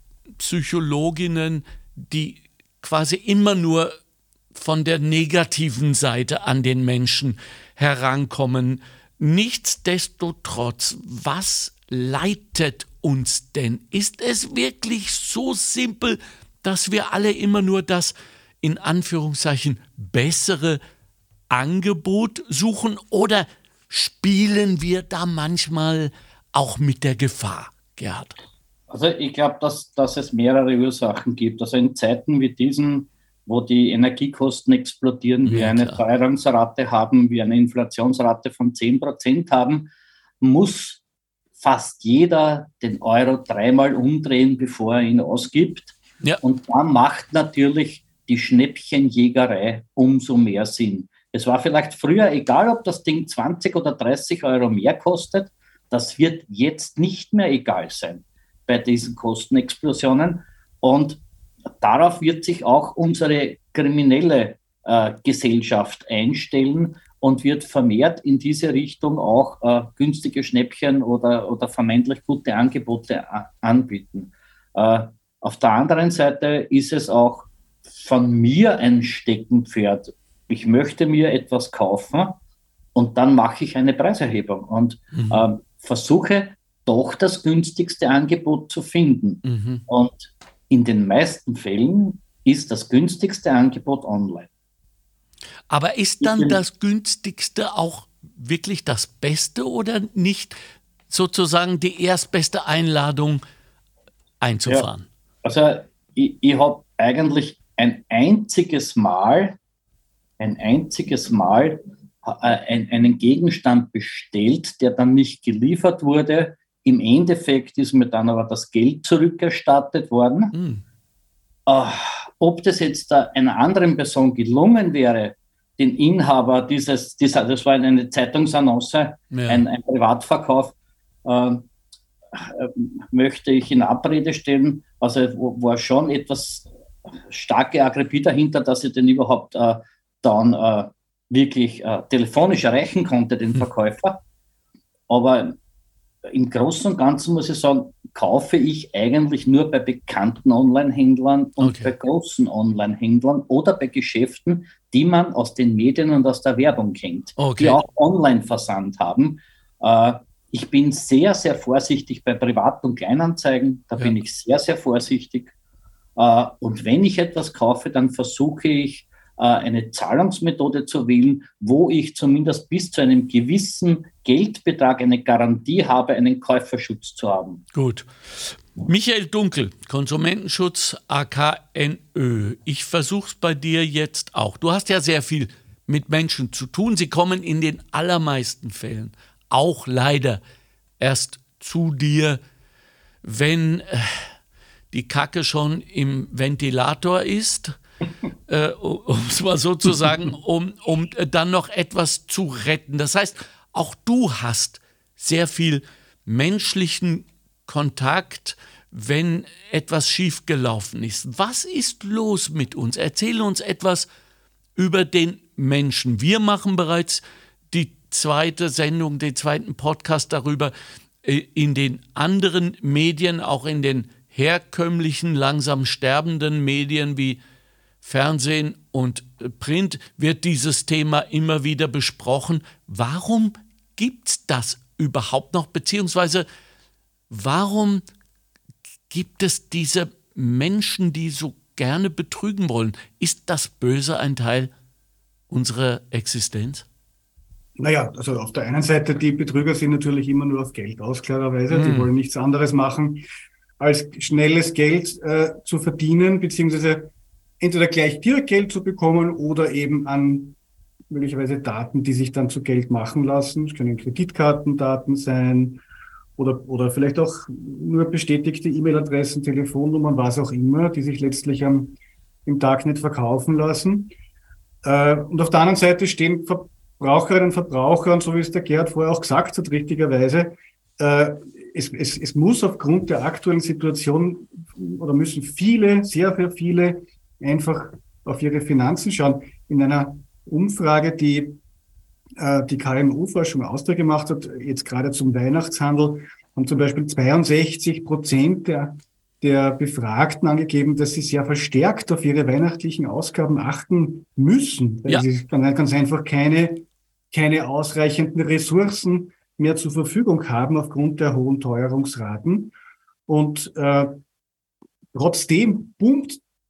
Speaker 1: Psychologinnen, die quasi immer nur von der negativen Seite an den Menschen herankommen. Nichtsdestotrotz, was leitet uns denn? Ist es wirklich so simpel, dass wir alle immer nur das, in Anführungszeichen, bessere Angebot suchen, oder spielen wir da manchmal auch mit der Gefahr, Gerhard?
Speaker 2: Also ich glaube, dass es mehrere Ursachen gibt. Also in Zeiten wie diesen, wo die Energiekosten explodieren, wir eine Teuerungsrate haben, wir eine Inflationsrate von 10% haben, muss fast jeder den Euro 3-mal umdrehen, bevor er ihn ausgibt. Ja. Und da macht natürlich die Schnäppchenjägerei umso mehr Sinn. Es war vielleicht früher egal, ob das Ding 20 oder 30 Euro mehr kostet. Das wird jetzt nicht mehr egal sein bei diesen Kostenexplosionen. Und darauf wird sich auch unsere kriminelle Gesellschaft einstellen und wird vermehrt in diese Richtung auch günstige Schnäppchen oder vermeintlich gute Angebote anbieten. Auf der anderen Seite ist es auch von mir ein Steckenpferd. Ich möchte mir etwas kaufen und dann mache ich eine Preiserhebung und versuche doch das günstigste Angebot zu finden. Und in den meisten Fällen ist das günstigste Angebot online.
Speaker 1: Aber ist dann das günstigste auch wirklich das Beste oder nicht sozusagen die erstbeste Einladung einzufahren?
Speaker 2: Ja, also ich habe eigentlich ein einziges Mal einen Gegenstand bestellt, der dann nicht geliefert wurde. Im Endeffekt ist mir dann aber das Geld zurückerstattet worden. Ob das jetzt einer anderen Person gelungen wäre, den Inhaber das war eine Zeitungsannonce, ein Privatverkauf, möchte ich in Abrede stellen. Also war schon etwas starke Akribie dahinter, dass ich den überhaupt dann wirklich telefonisch erreichen konnte, den Verkäufer. Aber im Großen und Ganzen muss ich sagen, kaufe ich eigentlich nur bei bekannten Online-Händlern und bei großen Online-Händlern oder bei Geschäften, die man aus den Medien und aus der Werbung kennt, die auch Online-Versand haben. Ich bin sehr, sehr vorsichtig bei Privat- und Kleinanzeigen. Da bin ich sehr, sehr vorsichtig. Und wenn ich etwas kaufe, dann versuche ich, eine Zahlungsmethode zu wählen, wo ich zumindest bis zu einem gewissen Geldbetrag eine Garantie habe, einen Käuferschutz zu haben.
Speaker 1: Gut. Michael Dunkel, Konsumentenschutz AKNÖ. Ich versuche es bei dir jetzt auch. Du hast ja sehr viel mit Menschen zu tun. Sie kommen in den allermeisten Fällen auch leider erst zu dir, wenn die Kacke schon im Ventilator ist. Um es mal so zu sagen, um dann noch etwas zu retten. Das heißt, auch du hast sehr viel menschlichen Kontakt, wenn etwas schiefgelaufen ist. Was ist los mit uns? Erzähle uns etwas über den Menschen. Wir machen bereits die zweite Sendung, den zweiten Podcast darüber in den anderen Medien, auch in den herkömmlichen, langsam sterbenden Medien wie Fernsehen und Print wird dieses Thema immer wieder besprochen. Warum gibt es das überhaupt noch? Beziehungsweise warum gibt es diese Menschen, die so gerne betrügen wollen? Ist das Böse ein Teil unserer Existenz?
Speaker 3: Naja, also auf der einen Seite, die Betrüger sind natürlich immer nur auf Geld aus, klarerweise. Die wollen nichts anderes machen, als schnelles Geld zu verdienen, beziehungsweise entweder gleich direkt Geld zu bekommen oder eben an möglicherweise Daten, die sich dann zu Geld machen lassen. Es können Kreditkartendaten sein oder vielleicht auch nur bestätigte E-Mail-Adressen, Telefonnummern, was auch immer, die sich letztlich im Darknet verkaufen lassen. Und auf der anderen Seite stehen Verbraucherinnen und Verbraucher, und so wie es der Gerhard vorher auch gesagt hat, richtigerweise, es muss aufgrund der aktuellen Situation oder müssen viele, sehr, sehr viele einfach auf ihre Finanzen schauen. In einer Umfrage, die KMU-Forschung Austria gemacht hat, jetzt gerade zum Weihnachtshandel, haben zum Beispiel 62% der Befragten angegeben, dass sie sehr verstärkt auf ihre weihnachtlichen Ausgaben achten müssen, weil sie ganz einfach keine ausreichenden Ressourcen mehr zur Verfügung haben aufgrund der hohen Teuerungsraten. Und trotzdem boomt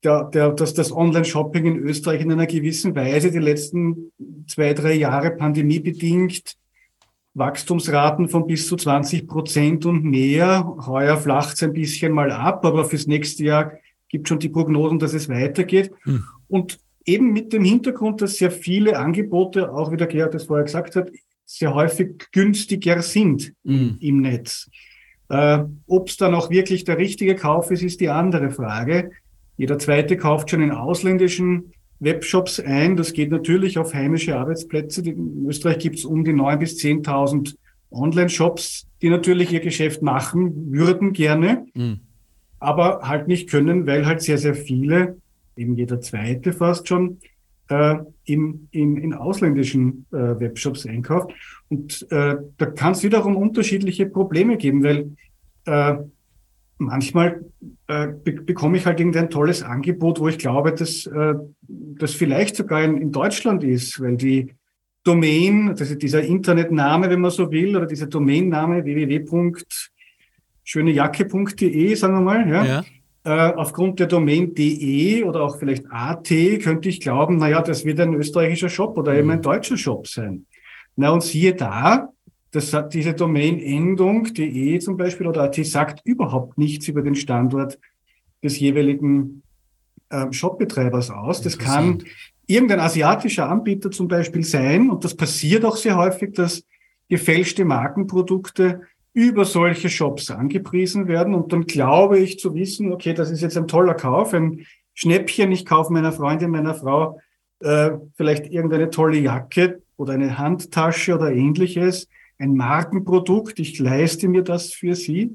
Speaker 3: dass das Online-Shopping in Österreich in einer gewissen Weise die letzten 2-3 Jahre pandemiebedingt Wachstumsraten von bis zu 20% und mehr. Heuer flacht es ein bisschen mal ab, aber fürs nächste Jahr gibt schon die Prognosen, dass es weitergeht. Und eben mit dem Hintergrund, dass sehr viele Angebote, auch wie der Gerhard das vorher gesagt hat, sehr häufig günstiger sind im Netz. Ob es dann auch wirklich der richtige Kauf ist die andere Frage. Jeder Zweite kauft schon in ausländischen Webshops ein. Das geht natürlich auf heimische Arbeitsplätze. In Österreich gibt es um die 9.000 bis 10.000 Online-Shops, die natürlich ihr Geschäft machen würden gerne, aber halt nicht können, weil halt sehr, sehr viele, eben jeder Zweite fast schon, in ausländischen Webshops einkauft. Und da kann es wiederum unterschiedliche Probleme geben, weil manchmal bekomme ich halt irgendein tolles Angebot, wo ich glaube, dass das vielleicht sogar in Deutschland ist, weil die Domain, also dieser Internetname, wenn man so will, oder dieser Domainname www.schönejacke.de, sagen wir mal, aufgrund der Domain .de oder auch vielleicht .at könnte ich glauben, das wird ein österreichischer Shop oder eben ein deutscher Shop sein. Na, und siehe da, diese Domain-Endung .de zum Beispiel oder .at sagt überhaupt nichts über den Standort des jeweiligen Shopbetreibers aus. Das kann irgendein asiatischer Anbieter zum Beispiel sein, und das passiert auch sehr häufig, dass gefälschte Markenprodukte über solche Shops angepriesen werden, und dann glaube ich zu wissen, okay, das ist jetzt ein toller Kauf, ein Schnäppchen, ich kaufe meiner Freundin, meiner Frau vielleicht irgendeine tolle Jacke oder eine Handtasche oder ähnliches, ein Markenprodukt, ich leiste mir das für sie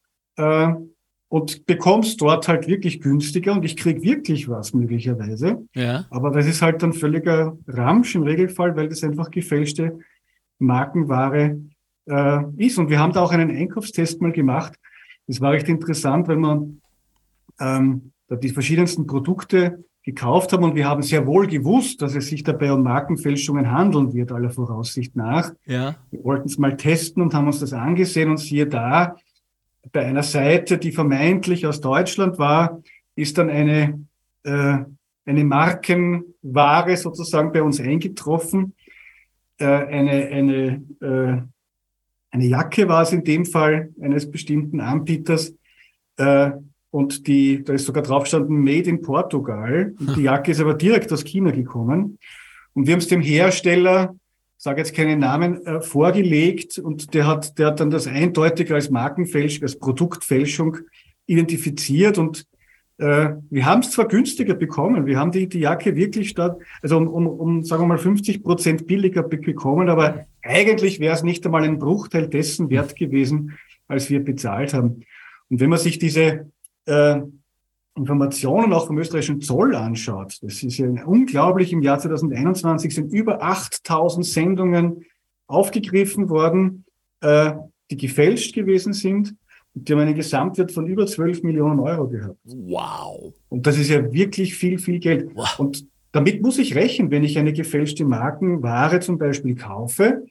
Speaker 3: und bekomm's dort halt wirklich günstiger, und ich kriege wirklich was möglicherweise. Ja. Aber das ist halt dann völliger Ramsch im Regelfall, weil das einfach gefälschte Markenware ist. Und wir haben da auch einen Einkaufstest mal gemacht. Das war recht interessant, weil man da die verschiedensten Produkte gekauft haben, und wir haben sehr wohl gewusst, dass es sich dabei um Markenfälschungen handeln wird, aller Voraussicht nach. Ja. Wir wollten es mal testen und haben uns das angesehen, und siehe da, bei einer Seite, die vermeintlich aus Deutschland war, ist dann eine Markenware sozusagen bei uns eingetroffen. Eine Jacke war es in dem Fall eines bestimmten Anbieters, und da ist sogar drauf gestanden, Made in Portugal. Und die Jacke ist aber direkt aus China gekommen. Und wir haben es dem Hersteller, sage jetzt keinen Namen, vorgelegt, und der hat dann das eindeutig als Markenfälschung, als Produktfälschung identifiziert, und wir haben es zwar günstiger bekommen, wir haben die Jacke wirklich sagen wir mal 50% billiger bekommen, aber eigentlich wäre es nicht einmal ein Bruchteil dessen wert gewesen, als wir bezahlt haben. Und wenn man sich diese Informationen auch vom österreichischen Zoll anschaut, das ist ja unglaublich, im Jahr 2021 sind über 8.000 Sendungen aufgegriffen worden, die gefälscht gewesen sind. Und die haben einen Gesamtwert von über 12 Millionen Euro gehabt. Wow. Und das ist ja wirklich viel, viel Geld. Wow. Und damit muss ich rechnen, wenn ich eine gefälschte Markenware zum Beispiel kaufe,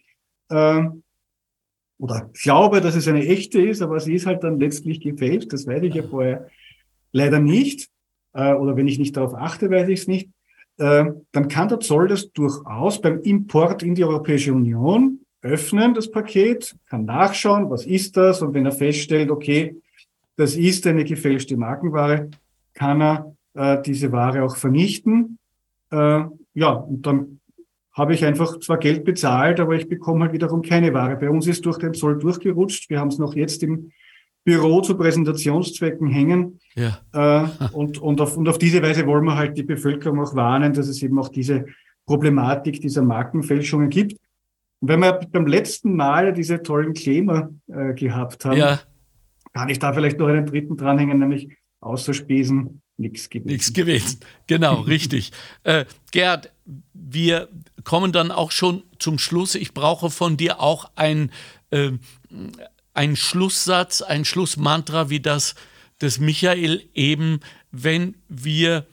Speaker 3: oder glaube, dass es eine echte ist, aber sie ist halt dann letztlich gefälscht, das weiß ich ja vorher leider nicht, oder wenn ich nicht darauf achte, weiß ich es nicht, dann kann der Zoll das durchaus beim Import in die Europäische Union öffnen, das Paket, kann nachschauen, was ist das, und wenn er feststellt, okay, das ist eine gefälschte Markenware, kann er diese Ware auch vernichten. Und dann habe ich einfach zwar Geld bezahlt, aber ich bekomme halt wiederum keine Ware. Bei uns ist durch den Zoll durchgerutscht. Wir haben es noch jetzt im Büro zu Präsentationszwecken hängen. Ja. Und auf diese Weise wollen wir halt die Bevölkerung auch warnen, dass es eben auch diese Problematik dieser Markenfälschungen gibt. Und wenn wir beim letzten Mal diese tollen Claimer gehabt haben, kann ich da vielleicht noch einen dritten dranhängen, nämlich außer Spesen nichts gewesen.
Speaker 1: Nichts gewesen, genau, richtig. Gerhard, wir kommen dann auch schon zum Schluss. Ich brauche von dir auch ein Schlusssatz, ein Schlussmantra, wie das des Michael eben, wenn wir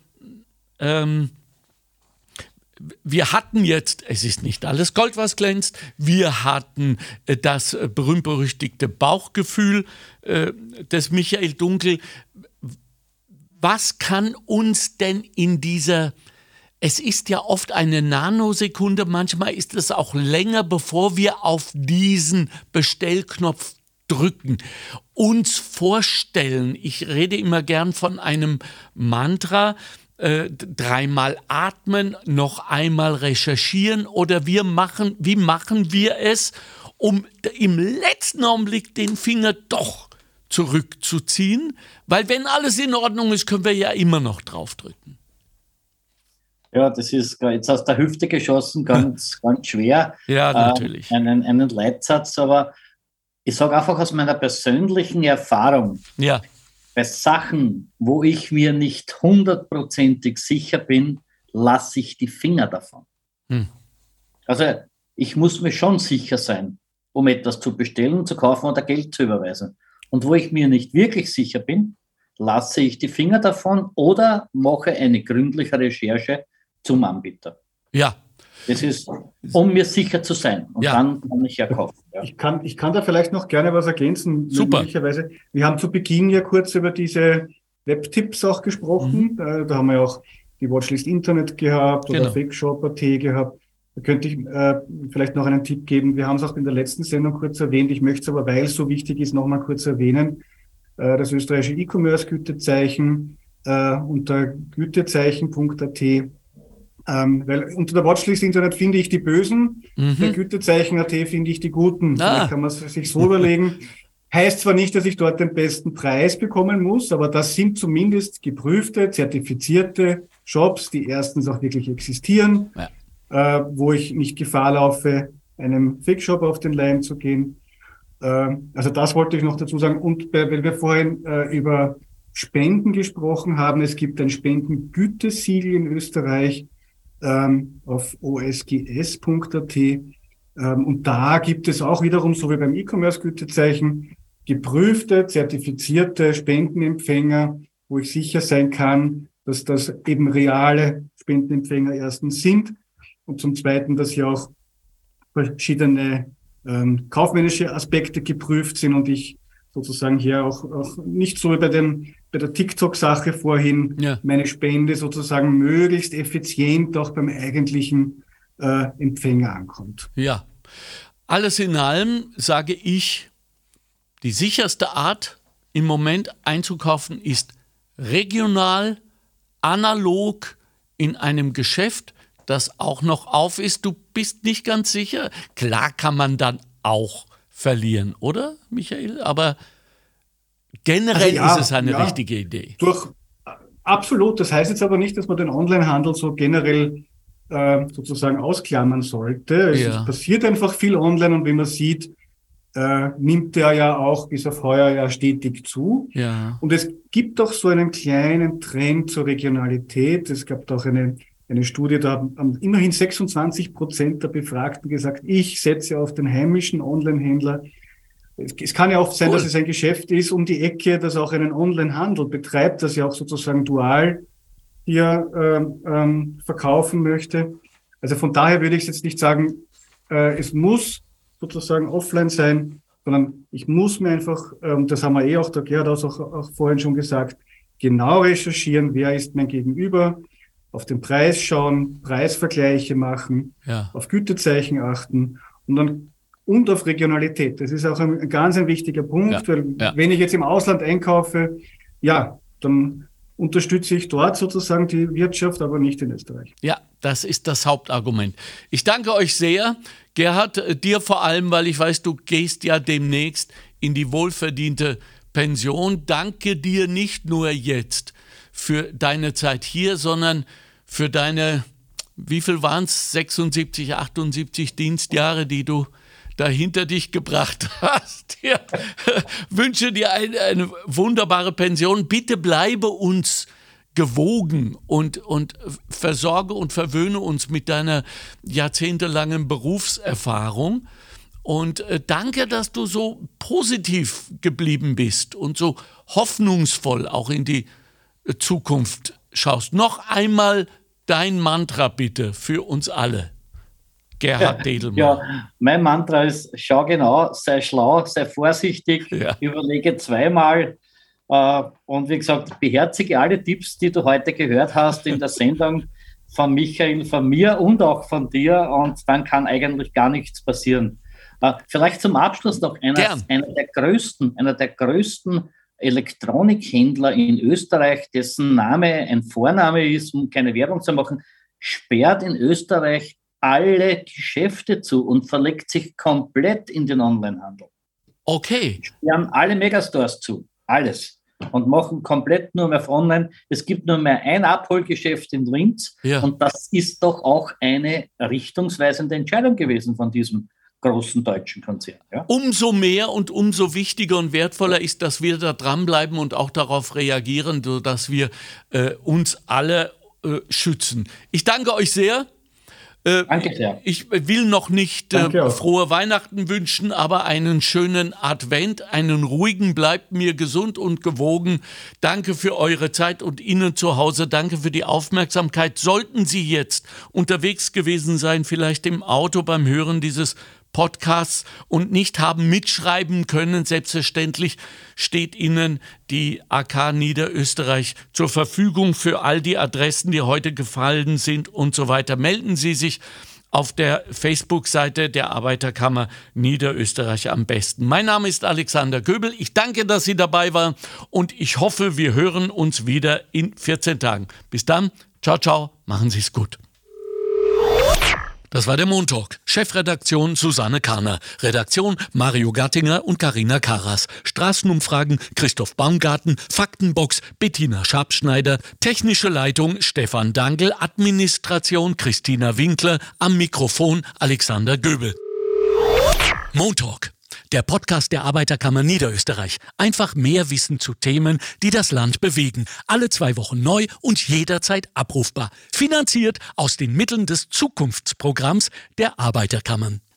Speaker 1: hatten jetzt, es ist nicht alles Gold, was glänzt, wir hatten das berühmt-berüchtigte Bauchgefühl des Michael Dunkel. Was kann uns denn in dieser, es ist ja oft eine Nanosekunde, manchmal ist es auch länger, bevor wir auf diesen Bestellknopf drücken, uns vorstellen. Ich rede immer gern von einem Mantra, 3-mal atmen, noch einmal recherchieren oder wie machen wir es, um im letzten Augenblick den Finger doch zurückzuziehen, weil wenn alles in Ordnung ist, können wir ja immer noch draufdrücken.
Speaker 2: Ja, das ist jetzt aus der Hüfte geschossen, ganz schwer.
Speaker 1: Ja, natürlich.
Speaker 2: Einen Leitsatz, aber ich sage einfach aus meiner persönlichen Erfahrung,
Speaker 1: ja.
Speaker 2: Bei Sachen, wo ich mir nicht 100%ig sicher bin, lasse ich die Finger davon. Also ich muss mir schon sicher sein, um etwas zu bestellen, zu kaufen oder Geld zu überweisen. Und wo ich mir nicht wirklich sicher bin, lasse ich die Finger davon oder mache eine gründliche Recherche zum Anbieter.
Speaker 1: Ja.
Speaker 2: Das ist, um mir sicher zu sein. Und dann kann ich ja kaufen. Ja.
Speaker 3: Ich kann da vielleicht noch gerne was ergänzen.
Speaker 1: Super.
Speaker 3: Möglicherweise. Wir haben zu Beginn ja kurz über diese Webtipps auch gesprochen. Da haben wir ja auch die Watchlist Internet gehabt oder FakeShop.at gehabt. Da könnte ich vielleicht noch einen Tipp geben. Wir haben es auch in der letzten Sendung kurz erwähnt. Ich möchte es aber, weil es so wichtig ist, nochmal kurz erwähnen. Das österreichische E-Commerce-Gütezeichen unter gütezeichen.at. Weil unter der Watchlist Internet finde ich die Bösen, der Gütezeichen.at finde ich die Guten. Vielleicht kann man es sich so überlegen. Heißt zwar nicht, dass ich dort den besten Preis bekommen muss, aber das sind zumindest geprüfte, zertifizierte Shops, die erstens auch wirklich existieren, wo ich nicht Gefahr laufe, einem Fake-Shop auf den Leim zu gehen. Also das wollte ich noch dazu sagen. Und weil wir vorhin über Spenden gesprochen haben, es gibt ein Spendengütesiegel in Österreich, auf osgs.at. Und da gibt es auch wiederum, so wie beim E-Commerce-Gütezeichen, geprüfte, zertifizierte Spendenempfänger, wo ich sicher sein kann, dass das eben reale Spendenempfänger erstens sind und zum Zweiten, dass hier auch verschiedene kaufmännische Aspekte geprüft sind und ich sozusagen hier auch nicht so wie bei der TikTok-Sache vorhin meine Spende sozusagen möglichst effizient auch beim eigentlichen Empfänger ankommt.
Speaker 1: Ja, alles in allem sage ich, die sicherste Art im Moment einzukaufen ist regional, analog in einem Geschäft, das auch noch auf ist. Du bist nicht ganz sicher. Klar kann man dann auch verlieren, oder, Michael? Aber generell ist es eine richtige Idee.
Speaker 3: Absolut. Das heißt jetzt aber nicht, dass man den Onlinehandel so generell sozusagen ausklammern sollte. Es passiert einfach viel online und wie man sieht, nimmt der ja auch bis auf heuer ja stetig zu. Ja. Und es gibt auch so einen kleinen Trend zur Regionalität. Es gab auch eine Studie, da haben immerhin 26% der Befragten gesagt, ich setze auf den heimischen Online-Händler. Es kann ja oft sein, dass es ein Geschäft ist um die Ecke, das auch einen Online-Handel betreibt, das ja auch sozusagen dual hier verkaufen möchte. Also von daher würde ich jetzt nicht sagen, es muss sozusagen offline sein, sondern ich muss mir einfach, das haben wir auch, der Gerhard auch vorhin schon gesagt, genau recherchieren, wer ist mein Gegenüber, auf den Preis schauen, Preisvergleiche machen, auf Gütezeichen achten und auf Regionalität. Das ist auch ein ganz wichtiger Punkt, weil wenn ich jetzt im Ausland einkaufe, dann unterstütze ich dort sozusagen die Wirtschaft, aber nicht in Österreich.
Speaker 1: Ja, das ist das Hauptargument. Ich danke euch sehr. Gerhard, dir vor allem, weil ich weiß, du gehst ja demnächst in die wohlverdiente Pension. Danke dir nicht nur jetzt für deine Zeit hier, sondern für deine, wie viel waren es, 76, 78 Dienstjahre, die du da hinter dich gebracht hast. Ja. Wünsche dir eine wunderbare Pension. Bitte bleibe uns gewogen und versorge und verwöhne uns mit deiner jahrzehntelangen Berufserfahrung. Und danke, dass du so positiv geblieben bist und so hoffnungsvoll auch in die Zukunft schaust. Noch einmal dein Mantra bitte für uns alle. Gerhard Dedelmann.
Speaker 2: Ja, mein Mantra ist, schau genau, sei schlau, sei vorsichtig, überlege zweimal, Und wie gesagt, beherzige alle Tipps, die du heute gehört hast in der Sendung von Michael, von mir und auch von dir. Und dann kann eigentlich gar nichts passieren. Vielleicht zum Abschluss noch einer der größten Elektronikhändler in Österreich, dessen Name ein Vorname ist, um keine Werbung zu machen, sperrt in Österreich alle Geschäfte zu und verlegt sich komplett in den Onlinehandel.
Speaker 1: Okay.
Speaker 2: Sperren alle Megastores zu, alles. Und machen komplett nur mehr online. Es gibt nur mehr ein Abholgeschäft in Linz. Ja. Und das ist doch auch eine richtungsweisende Entscheidung gewesen von diesem großen deutschen Konzern. Ja?
Speaker 1: Umso mehr und umso wichtiger und wertvoller ist, dass wir da dranbleiben und auch darauf reagieren, sodass wir uns alle schützen. Ich danke euch sehr.
Speaker 2: Danke sehr.
Speaker 1: Ich will noch nicht frohe Weihnachten wünschen, aber einen schönen Advent, einen ruhigen, bleibt mir gesund und gewogen. Danke für eure Zeit und Ihnen zu Hause, danke für die Aufmerksamkeit. Sollten Sie jetzt unterwegs gewesen sein, vielleicht im Auto beim Hören dieses Podcasts und nicht haben mitschreiben können, selbstverständlich steht Ihnen die AK Niederösterreich zur Verfügung für all die Adressen, die heute gefallen sind und so weiter. Melden Sie sich auf der Facebook-Seite der Arbeiterkammer Niederösterreich am besten. Mein Name ist Alexander Göbel. Ich danke, dass Sie dabei waren und ich hoffe, wir hören uns wieder in 14 Tagen. Bis dann. Ciao, ciao. Machen Sie es gut. Das war der Montalk. Chefredaktion Susanne Karner. Redaktion Mario Gattinger und Carina Karas. Straßenumfragen Christoph Baumgarten. Faktenbox Bettina Schabschneider. Technische Leitung Stefan Dangl. Administration Christina Winkler. Am Mikrofon Alexander Göbel. Montalk. Der Podcast der Arbeiterkammer Niederösterreich. Einfach mehr Wissen zu Themen, die das Land bewegen. Alle 2 Wochen neu und jederzeit abrufbar. Finanziert aus den Mitteln des Zukunftsprogramms der Arbeiterkammern.